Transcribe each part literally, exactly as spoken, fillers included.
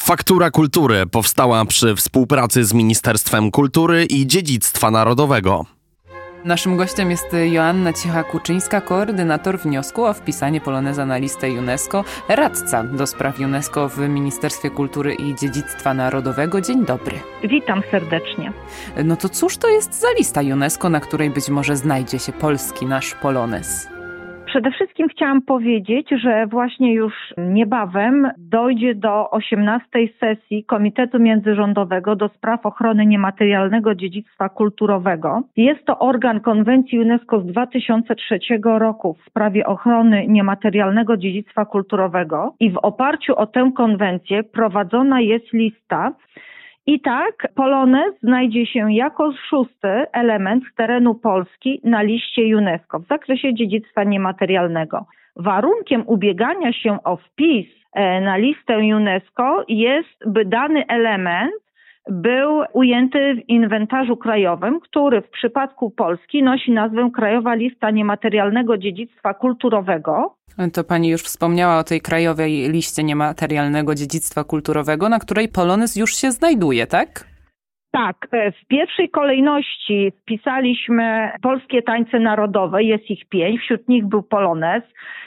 Faktura Kultury powstała przy współpracy z Ministerstwem Kultury i Dziedzictwa Narodowego. Naszym gościem jest Joanna Ciecha-Kuczyńska, koordynator wniosku o wpisanie Poloneza na listę UNESCO, radca do spraw UNESCO w Ministerstwie Kultury i Dziedzictwa Narodowego. Dzień dobry. Witam serdecznie. No to cóż to jest za lista UNESCO, na której być może znajdzie się polski nasz polonez? Przede wszystkim chciałam powiedzieć, że właśnie już niebawem dojdzie do osiemnastej sesji Komitetu Międzyrządowego do spraw ochrony niematerialnego dziedzictwa kulturowego. Jest to organ konwencji UNESCO z dwa tysiące trzeciego roku w sprawie ochrony niematerialnego dziedzictwa kulturowego i w oparciu o tę konwencję prowadzona jest lista. I tak polonez znajdzie się jako szósty element z terenu Polski na liście UNESCO w zakresie dziedzictwa niematerialnego. Warunkiem ubiegania się o wpis na listę UNESCO jest, by dany element był ujęty w inwentarzu krajowym, który w przypadku Polski nosi nazwę Krajowa Lista Niematerialnego Dziedzictwa Kulturowego. To pani już wspomniała o tej krajowej liście niematerialnego dziedzictwa kulturowego, na której polonez już się znajduje, tak? Tak, w pierwszej kolejności wpisaliśmy polskie tańce narodowe, jest ich pięć, wśród nich był polonez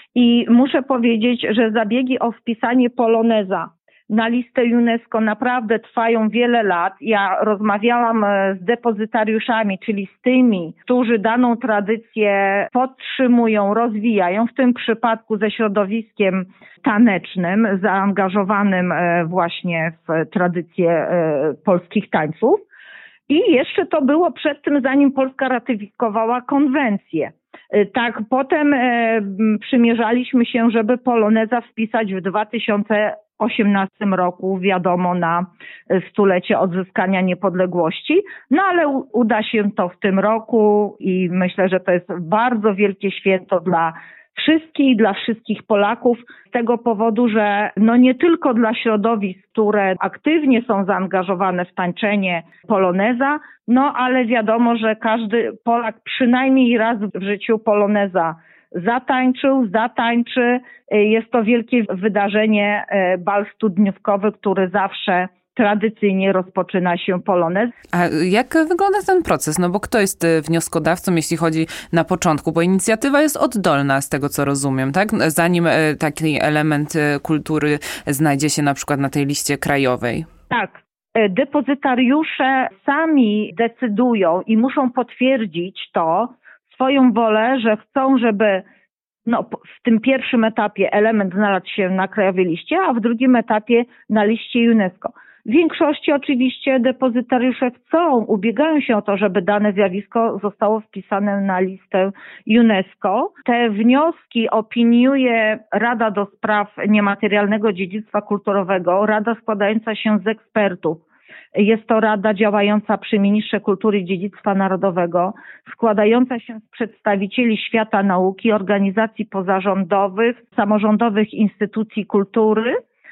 i muszę powiedzieć, że zabiegi o wpisanie poloneza na listę UNESCO naprawdę trwają wiele lat. Ja rozmawiałam z depozytariuszami, czyli z tymi, którzy daną tradycję podtrzymują, rozwijają, w tym przypadku ze środowiskiem tanecznym, zaangażowanym właśnie w tradycję polskich tańców. I jeszcze to było przed tym, zanim Polska ratyfikowała konwencję. Tak, potem przymierzaliśmy się, żeby poloneza wpisać w dwa tysiące osiemnastym roku, wiadomo, na stulecie odzyskania niepodległości, no ale u- uda się to w tym roku i myślę, że to jest bardzo wielkie święto dla wszystkich, dla wszystkich Polaków, z tego powodu, że no nie tylko dla środowisk, które aktywnie są zaangażowane w tańczenie poloneza, no ale wiadomo, że każdy Polak przynajmniej raz w życiu poloneza zatańczył, zatańczy. Jest to wielkie wydarzenie, bal studniówkowy, który zawsze tradycyjnie rozpoczyna się polonez. A jak wygląda ten proces? No bo kto jest wnioskodawcą, jeśli chodzi na początku? Bo inicjatywa jest oddolna, z tego co rozumiem, tak? Zanim taki element kultury znajdzie się na przykład na tej liście krajowej. Tak. Depozytariusze sami decydują i muszą potwierdzić to, swoją wolę, że chcą, żeby no, w tym pierwszym etapie element znalazł się na krajowej liście, a w drugim etapie na liście UNESCO. W większości oczywiście depozytariusze chcą, ubiegają się o to, żeby dane zjawisko zostało wpisane na listę UNESCO. Te wnioski opiniuje Rada do Spraw Niematerialnego Dziedzictwa Kulturowego, rada składająca się z ekspertów. Jest to rada działająca przy Ministrze Kultury i Dziedzictwa Narodowego, składająca się z przedstawicieli świata nauki, organizacji pozarządowych, samorządowych instytucji kultury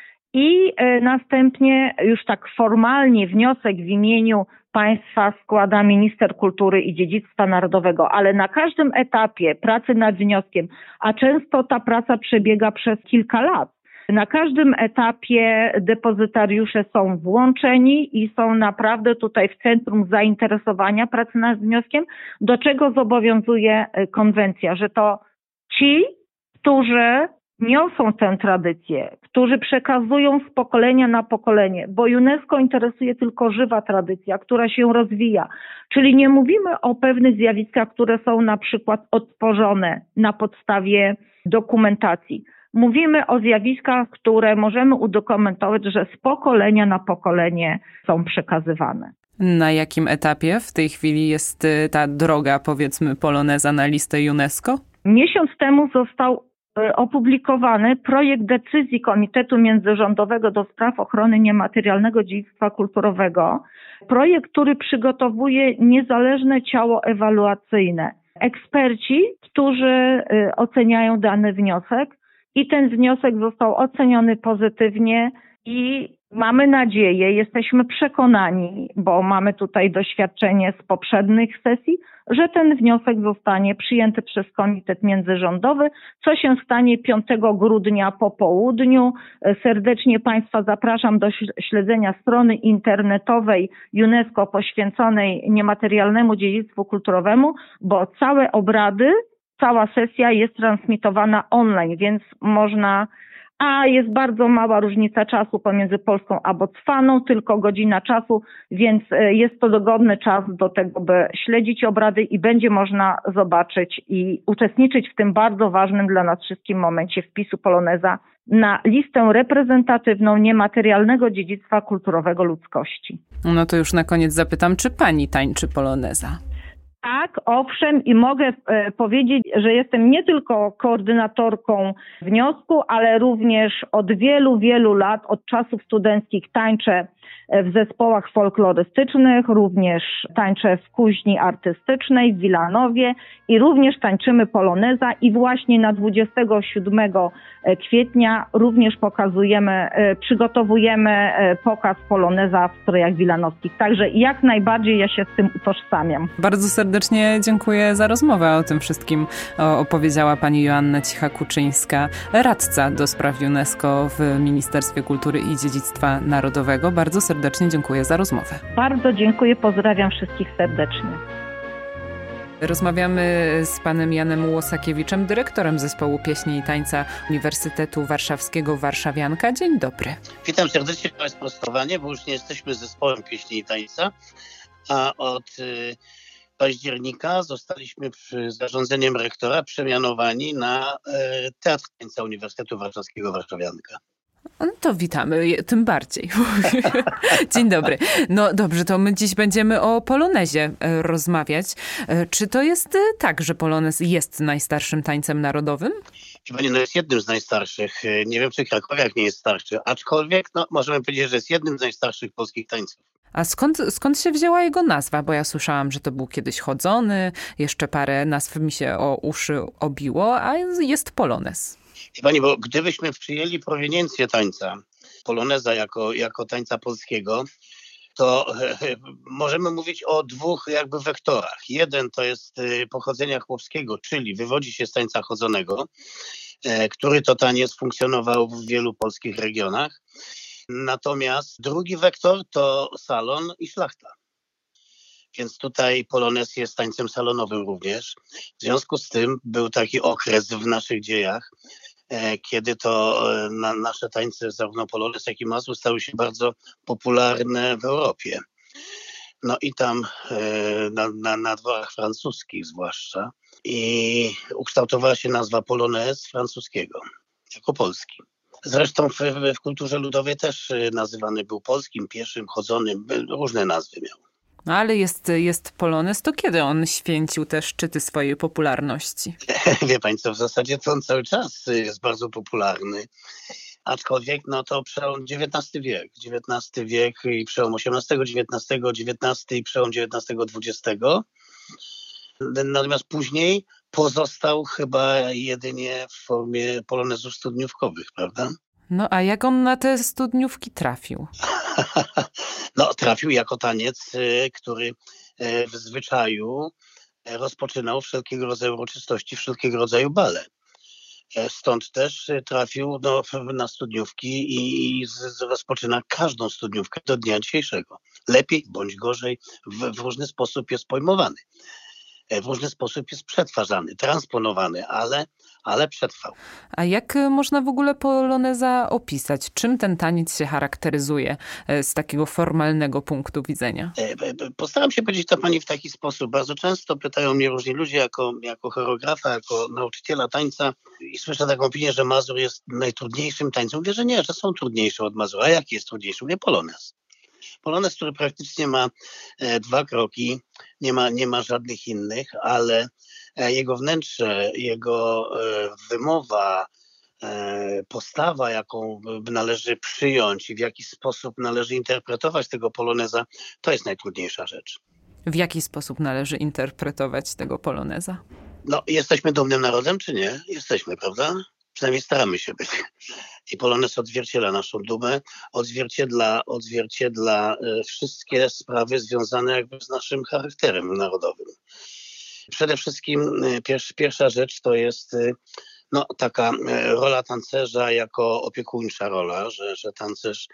i następnie już tak formalnie wniosek w imieniu państwa składa minister kultury i dziedzictwa narodowego, ale na każdym etapie pracy nad wnioskiem, a często ta praca przebiega przez kilka lat, na każdym etapie depozytariusze są włączeni i są naprawdę tutaj w centrum zainteresowania pracy nad wnioskiem, do czego zobowiązuje konwencja, że to ci, którzy niosą tę tradycję, którzy przekazują z pokolenia na pokolenie, bo UNESCO interesuje tylko żywa tradycja, która się rozwija. Czyli nie mówimy o pewnych zjawiskach, które są na przykład odtworzone na podstawie dokumentacji. Mówimy o zjawiskach, które możemy udokumentować, że z pokolenia na pokolenie są przekazywane. Na jakim etapie w tej chwili jest ta droga, powiedzmy, poloneza na listę UNESCO? Miesiąc temu został opublikowany projekt decyzji Komitetu Międzyrządowego do spraw ochrony niematerialnego dziedzictwa kulturowego. Projekt, który przygotowuje niezależne ciało ewaluacyjne. Eksperci, którzy oceniają dany wniosek i ten wniosek został oceniony pozytywnie I mamy nadzieję, jesteśmy przekonani, bo mamy tutaj doświadczenie z poprzednich sesji, że ten wniosek zostanie przyjęty przez Komitet Międzyrządowy, co się stanie piątego grudnia po południu. Serdecznie Państwa zapraszam do śledzenia strony internetowej UNESCO poświęconej niematerialnemu dziedzictwu kulturowemu, bo całe obrady, cała sesja jest transmitowana online, więc można... A jest bardzo mała różnica czasu pomiędzy Polską a Botswaną, tylko godzina czasu, więc jest to dogodny czas do tego, by śledzić obrady i będzie można zobaczyć i uczestniczyć w tym bardzo ważnym dla nas wszystkim momencie wpisu poloneza na listę reprezentatywną niematerialnego dziedzictwa kulturowego ludzkości. No to już na koniec zapytam, czy pani tańczy poloneza? Tak, owszem, i mogę e, powiedzieć, że jestem nie tylko koordynatorką wniosku, ale również od wielu, wielu lat, od czasów studenckich tańczę w zespołach folklorystycznych, również tańczę w kuźni artystycznej w Wilanowie i również tańczymy poloneza i właśnie na dwudziestego siódmego kwietnia również pokazujemy, przygotowujemy pokaz poloneza w strojach wilanowskich. Także jak najbardziej ja się z tym utożsamiam. Bardzo serdecznie dziękuję za rozmowę. O tym wszystkim opowiedziała pani Joanna Cicha-Kuczyńska, radca do spraw UNESCO w Ministerstwie Kultury i Dziedzictwa Narodowego. Bardzo serdecznie dziękuję za rozmowę. Bardzo dziękuję, pozdrawiam wszystkich serdecznie. Rozmawiamy z panem Janem Łosakiewiczem, dyrektorem Zespołu Pieśni i Tańca Uniwersytetu Warszawskiego Warszawianka. Dzień dobry. Witam serdecznie, to jest sprostowanie, bo już nie jesteśmy Zespołem Pieśni i Tańca, a od y, października zostaliśmy przy zarządzeniem rektora przemianowani na y, Teatr Tańca Uniwersytetu Warszawskiego Warszawianka. No to witamy, tym bardziej. Dzień dobry. No dobrze, to my dziś będziemy o polonezie rozmawiać. Czy to jest tak, że polonez jest najstarszym tańcem narodowym? Pani, no jest jednym z najstarszych. Nie wiem, czy Krakowiak nie jest starszy, aczkolwiek no, możemy powiedzieć, że jest jednym z najstarszych polskich tańców. A skąd, skąd się wzięła jego nazwa? Bo ja słyszałam, że to był kiedyś chodzony, jeszcze parę nazw mi się o uszy obiło, a jest polonez. Pani, bo gdybyśmy przyjęli proweniencję tańca, poloneza jako, jako tańca polskiego, to e, możemy mówić o dwóch jakby wektorach. Jeden to jest e, pochodzenia chłopskiego, czyli wywodzi się z tańca chodzonego, e, który to taniec funkcjonował w wielu polskich regionach. Natomiast drugi wektor to salon i szlachta. Więc tutaj polonez jest tańcem salonowym również. W związku z tym był taki okres w naszych dziejach, kiedy to na nasze tańce, zarówno polonez, jak i mazur, stały się bardzo popularne w Europie. No i tam na, na, na dworach francuskich zwłaszcza. I ukształtowała się nazwa polonez francuskiego, jako polski. Zresztą w, w kulturze ludowej też nazywany był polskim, pieszym, chodzonym, różne nazwy miał. No ale jest, jest polonez, to kiedy on święcił te szczyty swojej popularności? Wie pani co, w zasadzie to on cały czas jest bardzo popularny. Aczkolwiek no to przełom dziewiętnasty wiek. dziewiętnasty wiek i przełom osiemnastego, dziewiętnastego, dziewiętnasty i przełom dziewiętnastego, dwudziestego. Natomiast później pozostał chyba jedynie w formie polonezów studniówkowych, prawda? No a jak on na te studniówki trafił? No trafił jako taniec, który w zwyczaju rozpoczynał wszelkiego rodzaju uroczystości, wszelkiego rodzaju bale. Stąd też trafił no, na studniówki i z, rozpoczyna każdą studniówkę do dnia dzisiejszego. Lepiej bądź gorzej, w, w różny sposób jest pojmowany. W różny sposób jest przetwarzany, transponowany, ale, ale przetrwał. A jak można w ogóle poloneza opisać? Czym ten taniec się charakteryzuje z takiego formalnego punktu widzenia? Postaram się powiedzieć to pani w taki sposób. Bardzo często pytają mnie różni ludzie jako, jako choreografa, jako nauczyciela tańca i słyszę taką opinię, że mazur jest najtrudniejszym tańcem. Mówię, że nie, że są trudniejsze od mazura. A jaki jest trudniejszy? Mówię, polonez. Polonez, który praktycznie ma e, dwa kroki, nie ma, nie ma żadnych innych, ale e, jego wnętrze, jego e, wymowa, e, postawa, jaką należy przyjąć i w jaki sposób należy interpretować tego poloneza, to jest najtrudniejsza rzecz. W jaki sposób należy interpretować tego poloneza? No, jesteśmy dumnym narodem, czy nie? Jesteśmy, prawda? Przynajmniej staramy się być. I polonez odzwierciedla naszą dumę, odzwierciedla, odzwierciedla wszystkie sprawy związane jakby z naszym charakterem narodowym. Przede wszystkim pierwsza, pierwsza rzecz to jest no, taka rola tancerza jako opiekuńcza rola, że, że tancerz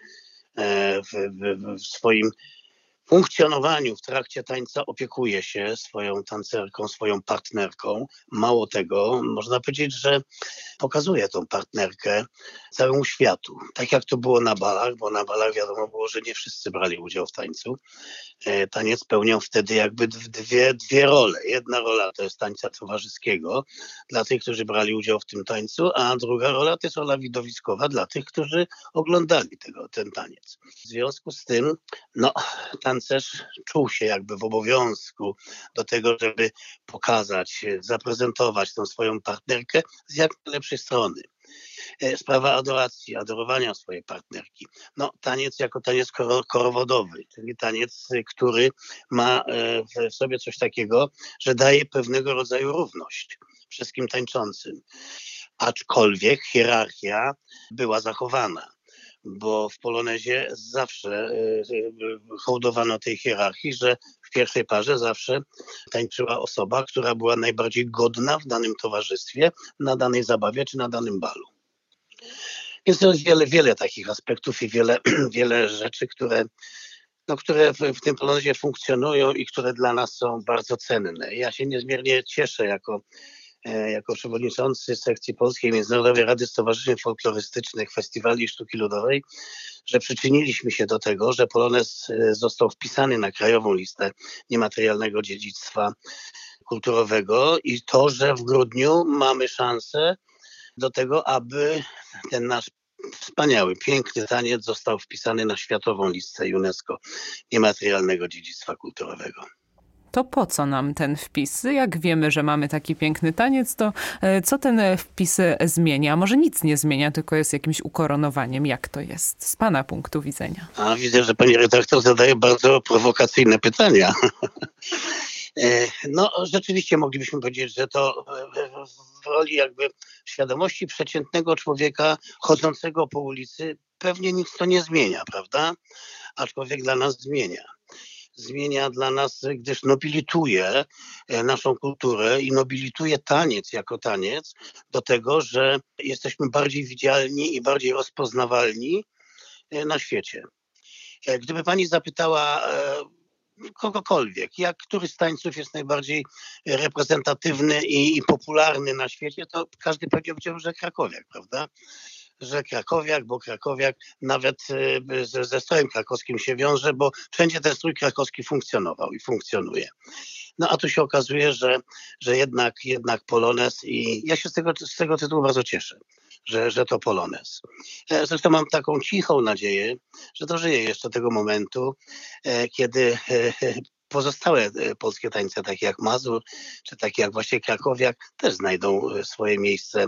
w, w, w swoim funkcjonowaniu w trakcie tańca opiekuje się swoją tancerką, swoją partnerką. Mało tego, można powiedzieć, że pokazuje tą partnerkę całemu światu. Tak jak to było na balach, bo na balach wiadomo było, że nie wszyscy brali udział w tańcu. Taniec pełnią wtedy jakby dwie, dwie role. Jedna rola to jest tańca towarzyskiego dla tych, którzy brali udział w tym tańcu, a druga rola to jest rola widowiskowa dla tych, którzy oglądali tego, ten taniec. W związku z tym, no, tancerz czuł się jakby w obowiązku do tego, żeby pokazać, zaprezentować tą swoją partnerkę z jak najlepszej strony. Sprawa adoracji, adorowania swojej partnerki. No, taniec jako taniec korowodowy, czyli taniec, który ma w sobie coś takiego, że daje pewnego rodzaju równość wszystkim tańczącym. Aczkolwiek hierarchia była zachowana, bo w polonezie zawsze hołdowano tej hierarchii, że w pierwszej parze zawsze tańczyła osoba, która była najbardziej godna w danym towarzystwie, na danej zabawie czy na danym balu. Jest wiele, wiele takich aspektów i wiele, wiele rzeczy, które, no, które w, w tym polonezie funkcjonują i które dla nas są bardzo cenne. Ja się niezmiernie cieszę jako, e, jako przewodniczący sekcji polskiej Międzynarodowej Rady Stowarzyszeń Folklorystycznych Festiwali Sztuki Ludowej, że przyczyniliśmy się do tego, że polonez został wpisany na krajową listę niematerialnego dziedzictwa kulturowego i to, że w grudniu mamy szansę do tego, aby ten nasz wspaniały, piękny taniec został wpisany na światową listę UNESCO niematerialnego dziedzictwa kulturowego. To po co nam ten wpis? Jak wiemy, że mamy taki piękny taniec, to co ten wpis zmienia? Może nic nie zmienia, tylko jest jakimś ukoronowaniem. Jak to jest z pana punktu widzenia? A widzę, że pani redaktor zadaje bardzo prowokacyjne pytania. No rzeczywiście moglibyśmy powiedzieć, że to w roli jakby świadomości przeciętnego człowieka chodzącego po ulicy pewnie nic to nie zmienia, prawda? Aczkolwiek dla nas zmienia. Zmienia dla nas, gdyż nobilituje naszą kulturę i nobilituje taniec jako taniec do tego, że jesteśmy bardziej widzialni i bardziej rozpoznawalni na świecie. Gdyby pani zapytała kogokolwiek, jak który z tańców jest najbardziej reprezentatywny i, i popularny na świecie, to każdy powiedział, że krakowiak, prawda? Że krakowiak, bo krakowiak nawet ze, ze strojem krakowskim się wiąże, bo wszędzie ten strój krakowski funkcjonował i funkcjonuje. No a tu się okazuje, że, że jednak, jednak polonez i ja się z tego, z tego tytułu bardzo cieszę, że, że to polonez. Zresztą mam taką cichą nadzieję, że dożyję jeszcze tego momentu, kiedy pozostałe polskie tańce, takie jak Mazur, czy takie jak właśnie krakowiak, też znajdą swoje miejsce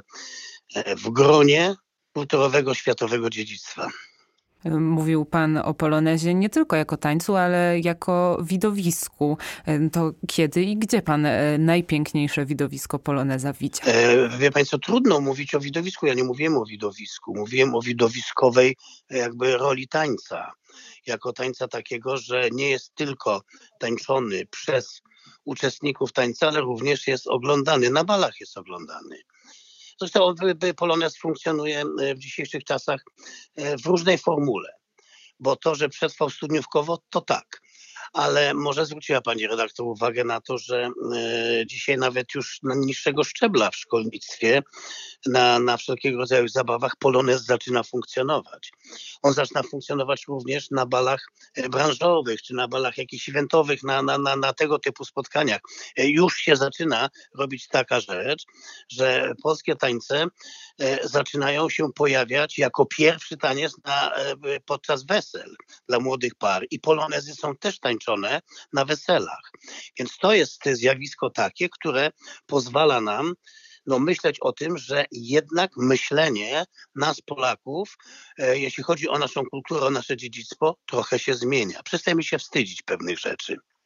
w gronie kulturowego, światowego dziedzictwa. Mówił pan o polonezie nie tylko jako tańcu, ale jako widowisku. To kiedy i gdzie pan najpiękniejsze widowisko poloneza widział? E, wie państwo, trudno mówić o widowisku. Ja nie mówiłem o widowisku. Mówiłem o widowiskowej jakby roli tańca. Jako tańca takiego, że nie jest tylko tańczony przez uczestników tańca, ale również jest oglądany. Na balach jest oglądany. Zresztą polonez funkcjonuje w dzisiejszych czasach w różnej formule, bo to, że przetrwał studniówkowo, to tak. Ale może zwróciła pani redaktor uwagę na to, że e, dzisiaj nawet już na niższego szczebla w szkolnictwie, na, na wszelkiego rodzaju zabawach polonez zaczyna funkcjonować. On zaczyna funkcjonować również na balach branżowych, czy na balach jakichś eventowych, na, na, na, na tego typu spotkaniach. E, już się zaczyna robić taka rzecz, że polskie tańce e, zaczynają się pojawiać jako pierwszy taniec na, e, podczas wesel dla młodych par. I polonezy są też tańczone na weselach. Więc to jest zjawisko takie, które pozwala nam no, myśleć o tym, że jednak myślenie nas Polaków, e, jeśli chodzi o naszą kulturę, o nasze dziedzictwo, trochę się zmienia. Przestajemy się wstydzić pewnych rzeczy.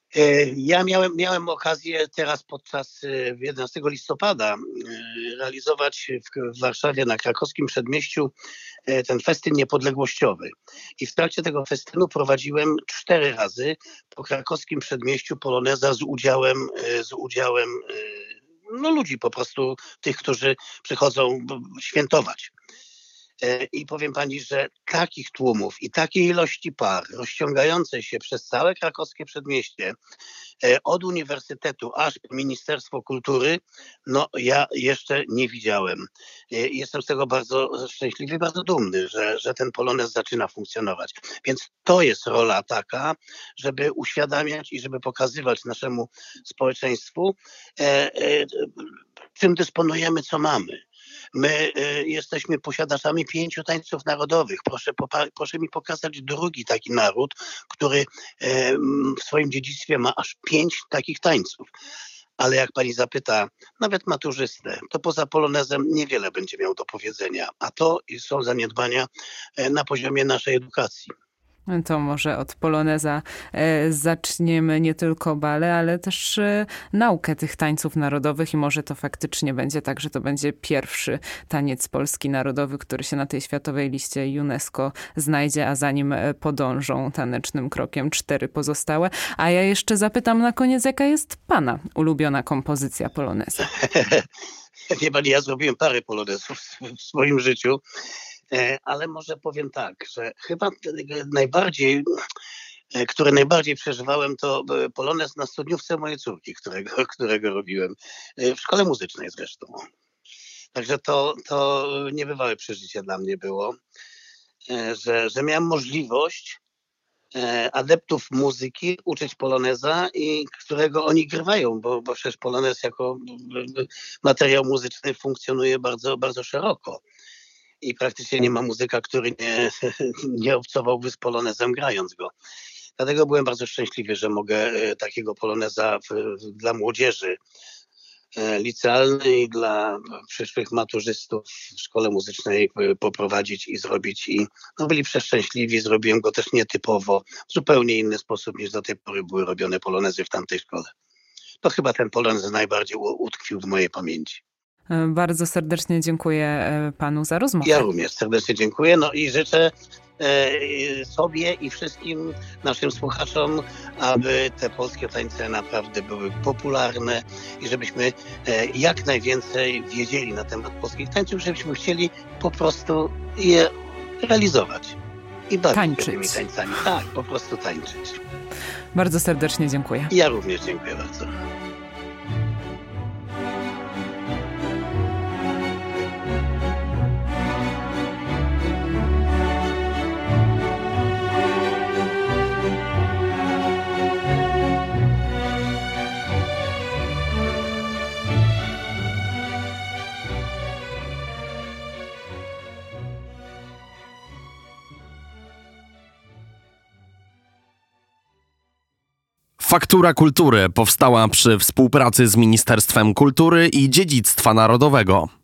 Ja miałem, miałem okazję teraz podczas jedenastego listopada realizować w Warszawie na krakowskim przedmieściu ten festyn niepodległościowy. I w trakcie tego festynu prowadziłem cztery razy po krakowskim przedmieściu poloneza z udziałem, z udziałem no, ludzi po prostu, tych, którzy przychodzą świętować. I powiem pani, że takich tłumów i takiej ilości par rozciągającej się przez całe krakowskie przedmieście, od uniwersytetu aż po Ministerstwo Kultury, no ja jeszcze nie widziałem. Jestem z tego bardzo szczęśliwy, bardzo dumny, że, że ten polonez zaczyna funkcjonować. Więc to jest rola taka, żeby uświadamiać i żeby pokazywać naszemu społeczeństwu, czym dysponujemy, co mamy. My y, jesteśmy posiadaczami pięciu tańców narodowych. Proszę, popa- proszę mi pokazać drugi taki naród, który y, w swoim dziedzictwie ma aż pięć takich tańców. Ale jak pani zapyta nawet maturzystę, to poza polonezem niewiele będzie miał do powiedzenia. A to są zaniedbania y, na poziomie naszej edukacji. To może od poloneza e, zaczniemy nie tylko bale, ale też e, naukę tych tańców narodowych i może to faktycznie będzie tak, że to będzie pierwszy taniec polski narodowy, który się na tej światowej liście UNESCO znajdzie, a za nim podążą tanecznym krokiem cztery pozostałe. A ja jeszcze zapytam na koniec, jaka jest pana ulubiona kompozycja poloneza? Wie pani, ja zrobiłem parę polonezów w swoim życiu. Ale może powiem tak, że chyba najbardziej, które najbardziej przeżywałem, to polonez na studniówce mojej córki, którego, którego robiłem. W szkole muzycznej zresztą. Także to, to niebywałe przeżycie dla mnie było, że, że miałem możliwość adeptów muzyki uczyć poloneza, i którego oni grywają, bo, bo przecież polonez jako materiał muzyczny funkcjonuje bardzo, bardzo szeroko. I praktycznie nie ma muzyka, który nie, nie obcowałby z polonezem, grając go. Dlatego byłem bardzo szczęśliwy, że mogę takiego poloneza w, w, dla młodzieży licealnej i dla przyszłych maturzystów w szkole muzycznej poprowadzić i zrobić. I no, byli przeszczęśliwi, zrobiłem go też nietypowo, w zupełnie inny sposób niż do tej pory były robione polonezy w tamtej szkole. To chyba ten polonez najbardziej utkwił w mojej pamięci. Bardzo serdecznie dziękuję panu za rozmowę. Ja również serdecznie dziękuję. No i życzę e, sobie i wszystkim naszym słuchaczom, aby te polskie tańce naprawdę były popularne i żebyśmy e, jak najwięcej wiedzieli na temat polskich tańców, żebyśmy chcieli po prostu je realizować i bawić się tymi tańcami. Tak, po prostu tańczyć. Bardzo serdecznie dziękuję. Ja również dziękuję bardzo. Faktura Kultury powstała przy współpracy z Ministerstwem Kultury i Dziedzictwa Narodowego.